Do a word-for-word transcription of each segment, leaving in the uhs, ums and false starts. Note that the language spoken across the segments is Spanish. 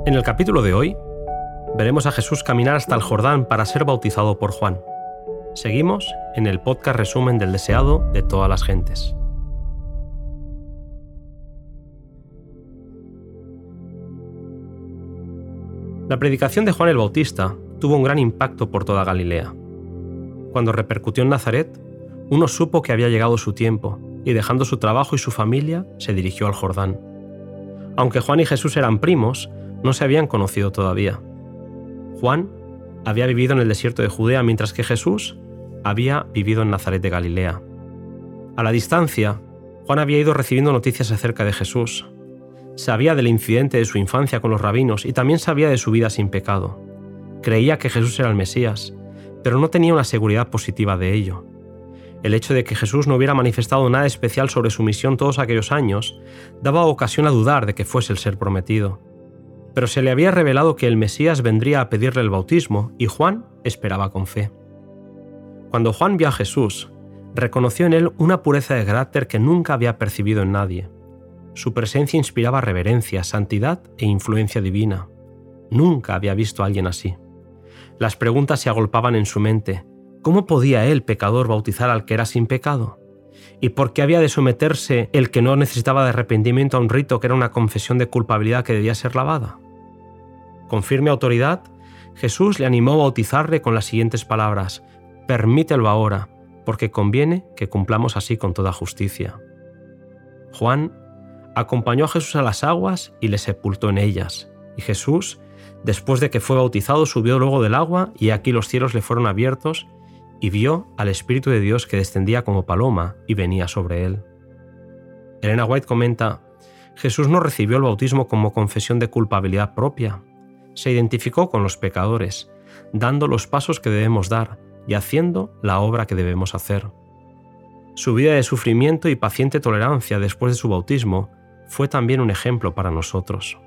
En el capítulo de hoy, veremos a Jesús caminar hasta el Jordán para ser bautizado por Juan. Seguimos en el podcast resumen del deseado de todas las gentes. La predicación de Juan el Bautista tuvo un gran impacto por toda Galilea. Cuando repercutió en Nazaret, uno supo que había llegado su tiempo y dejando su trabajo y su familia, se dirigió al Jordán. Aunque Juan y Jesús eran primos, no se habían conocido todavía. Juan había vivido en el desierto de Judea, mientras que Jesús había vivido en Nazaret de Galilea. A la distancia, Juan había ido recibiendo noticias acerca de Jesús. Sabía del incidente de su infancia con los rabinos y también sabía de su vida sin pecado. Creía que Jesús era el Mesías, pero no tenía una seguridad positiva de ello. El hecho de que Jesús no hubiera manifestado nada especial sobre su misión todos aquellos años daba ocasión a dudar de que fuese el ser prometido. Pero se le había revelado que el Mesías vendría a pedirle el bautismo y Juan esperaba con fe. Cuando Juan vio a Jesús, reconoció en él una pureza de carácter que nunca había percibido en nadie. Su presencia inspiraba reverencia, santidad e influencia divina. Nunca había visto a alguien así. Las preguntas se agolpaban en su mente. ¿Cómo podía él, pecador, bautizar al que era sin pecado? ¿Y por qué había de someterse el que no necesitaba de arrepentimiento a un rito que era una confesión de culpabilidad que debía ser lavada? Con firme autoridad, Jesús le animó a bautizarle con las siguientes palabras: «Permítelo ahora, porque conviene que cumplamos así con toda justicia». Juan acompañó a Jesús a las aguas y le sepultó en ellas, y Jesús, después de que fue bautizado, subió luego del agua, y aquí los cielos le fueron abiertos, y vio al Espíritu de Dios que descendía como paloma y venía sobre él. Elena White comenta: Jesús no recibió el bautismo como confesión de culpabilidad propia. Se identificó con los pecadores, dando los pasos que debemos dar y haciendo la obra que debemos hacer. Su vida de sufrimiento y paciente tolerancia después de su bautismo fue también un ejemplo para nosotros.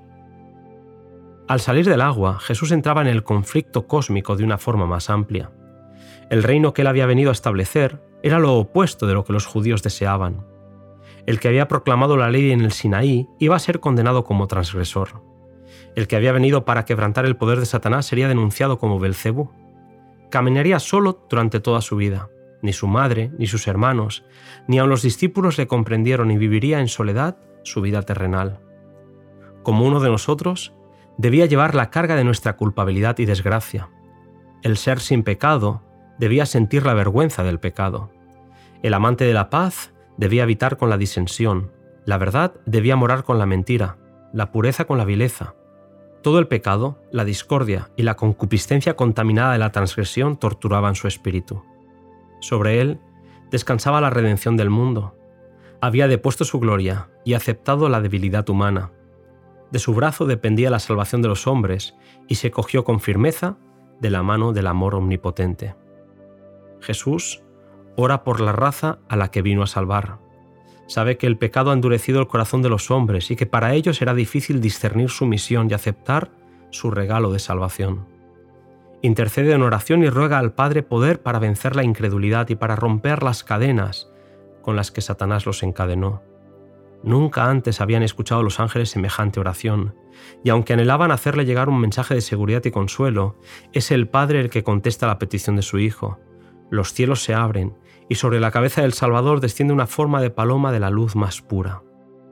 Al salir del agua, Jesús entraba en el conflicto cósmico de una forma más amplia. El reino que él había venido a establecer era lo opuesto de lo que los judíos deseaban. El que había proclamado la ley en el Sinaí iba a ser condenado como transgresor. El que había venido para quebrantar el poder de Satanás sería denunciado como Belcebú. Caminaría solo durante toda su vida. Ni su madre, ni sus hermanos, ni aun los discípulos le comprendieron y viviría en soledad su vida terrenal. Como uno de nosotros, debía llevar la carga de nuestra culpabilidad y desgracia. El ser sin pecado debía sentir la vergüenza del pecado. El amante de la paz debía habitar con la disensión. La verdad debía morar con la mentira, la pureza con la vileza. Todo el pecado, la discordia y la concupiscencia contaminada de la transgresión torturaban su espíritu. Sobre él descansaba la redención del mundo. Había depuesto su gloria y aceptado la debilidad humana. De su brazo dependía la salvación de los hombres y se cogió con firmeza de la mano del amor omnipotente. Jesús ora por la raza a la que vino a salvar. Sabe que el pecado ha endurecido el corazón de los hombres y que para ellos será difícil discernir su misión y aceptar su regalo de salvación. Intercede en oración y ruega al Padre poder para vencer la incredulidad y para romper las cadenas con las que Satanás los encadenó. Nunca antes habían escuchado los ángeles semejante oración, y aunque anhelaban hacerle llegar un mensaje de seguridad y consuelo, es el Padre el que contesta la petición de su Hijo. Los cielos se abren, y sobre la cabeza del Salvador desciende una forma de paloma de la luz más pura.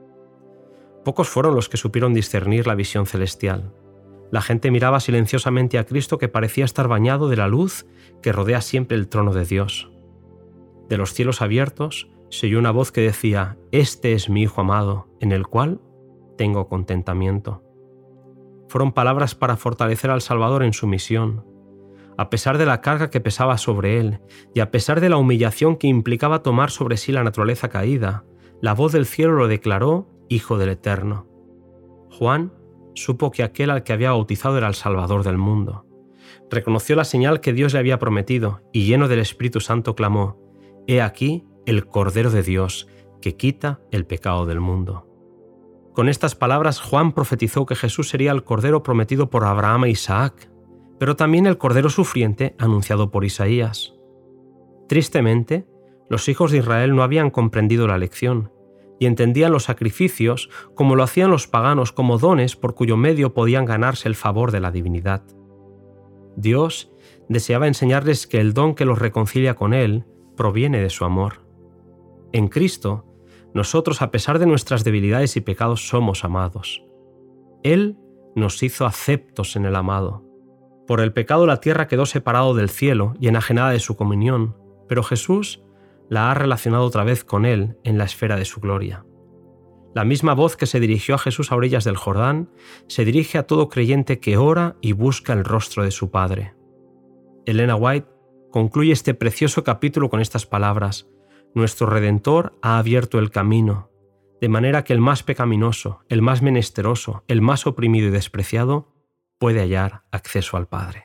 Pocos fueron los que supieron discernir la visión celestial. La gente miraba silenciosamente a Cristo, que parecía estar bañado de la luz que rodea siempre el trono de Dios. De los cielos abiertos se oyó una voz que decía: «Este es mi Hijo amado, en el cual tengo contentamiento». Fueron palabras para fortalecer al Salvador en su misión. A pesar de la carga que pesaba sobre él, y a pesar de la humillación que implicaba tomar sobre sí la naturaleza caída, la voz del cielo lo declaró Hijo del Eterno. Juan supo que aquel al que había bautizado era el Salvador del mundo. Reconoció la señal que Dios le había prometido, y lleno del Espíritu Santo clamó: «He aquí el Cordero de Dios, que quita el pecado del mundo». Con estas palabras, Juan profetizó que Jesús sería el Cordero prometido por Abraham e Isaac, pero también el Cordero sufriente anunciado por Isaías. Tristemente, los hijos de Israel no habían comprendido la lección, y entendían los sacrificios como lo hacían los paganos, como dones por cuyo medio podían ganarse el favor de la divinidad. Dios deseaba enseñarles que el don que los reconcilia con Él proviene de su amor. En Cristo, nosotros, a pesar de nuestras debilidades y pecados, somos amados. Él nos hizo aceptos en el amado. Por el pecado la tierra quedó separada del cielo y enajenada de su comunión, pero Jesús la ha relacionado otra vez con Él en la esfera de su gloria. La misma voz que se dirigió a Jesús a orillas del Jordán se dirige a todo creyente que ora y busca el rostro de su Padre. Elena White concluye este precioso capítulo con estas palabras: nuestro Redentor ha abierto el camino, de manera que el más pecaminoso, el más menesteroso, el más oprimido y despreciado puede hallar acceso al Padre.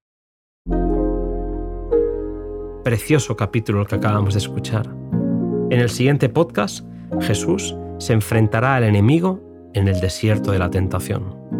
Precioso capítulo el que acabamos de escuchar. En el siguiente podcast, Jesús se enfrentará al enemigo en el desierto de la tentación.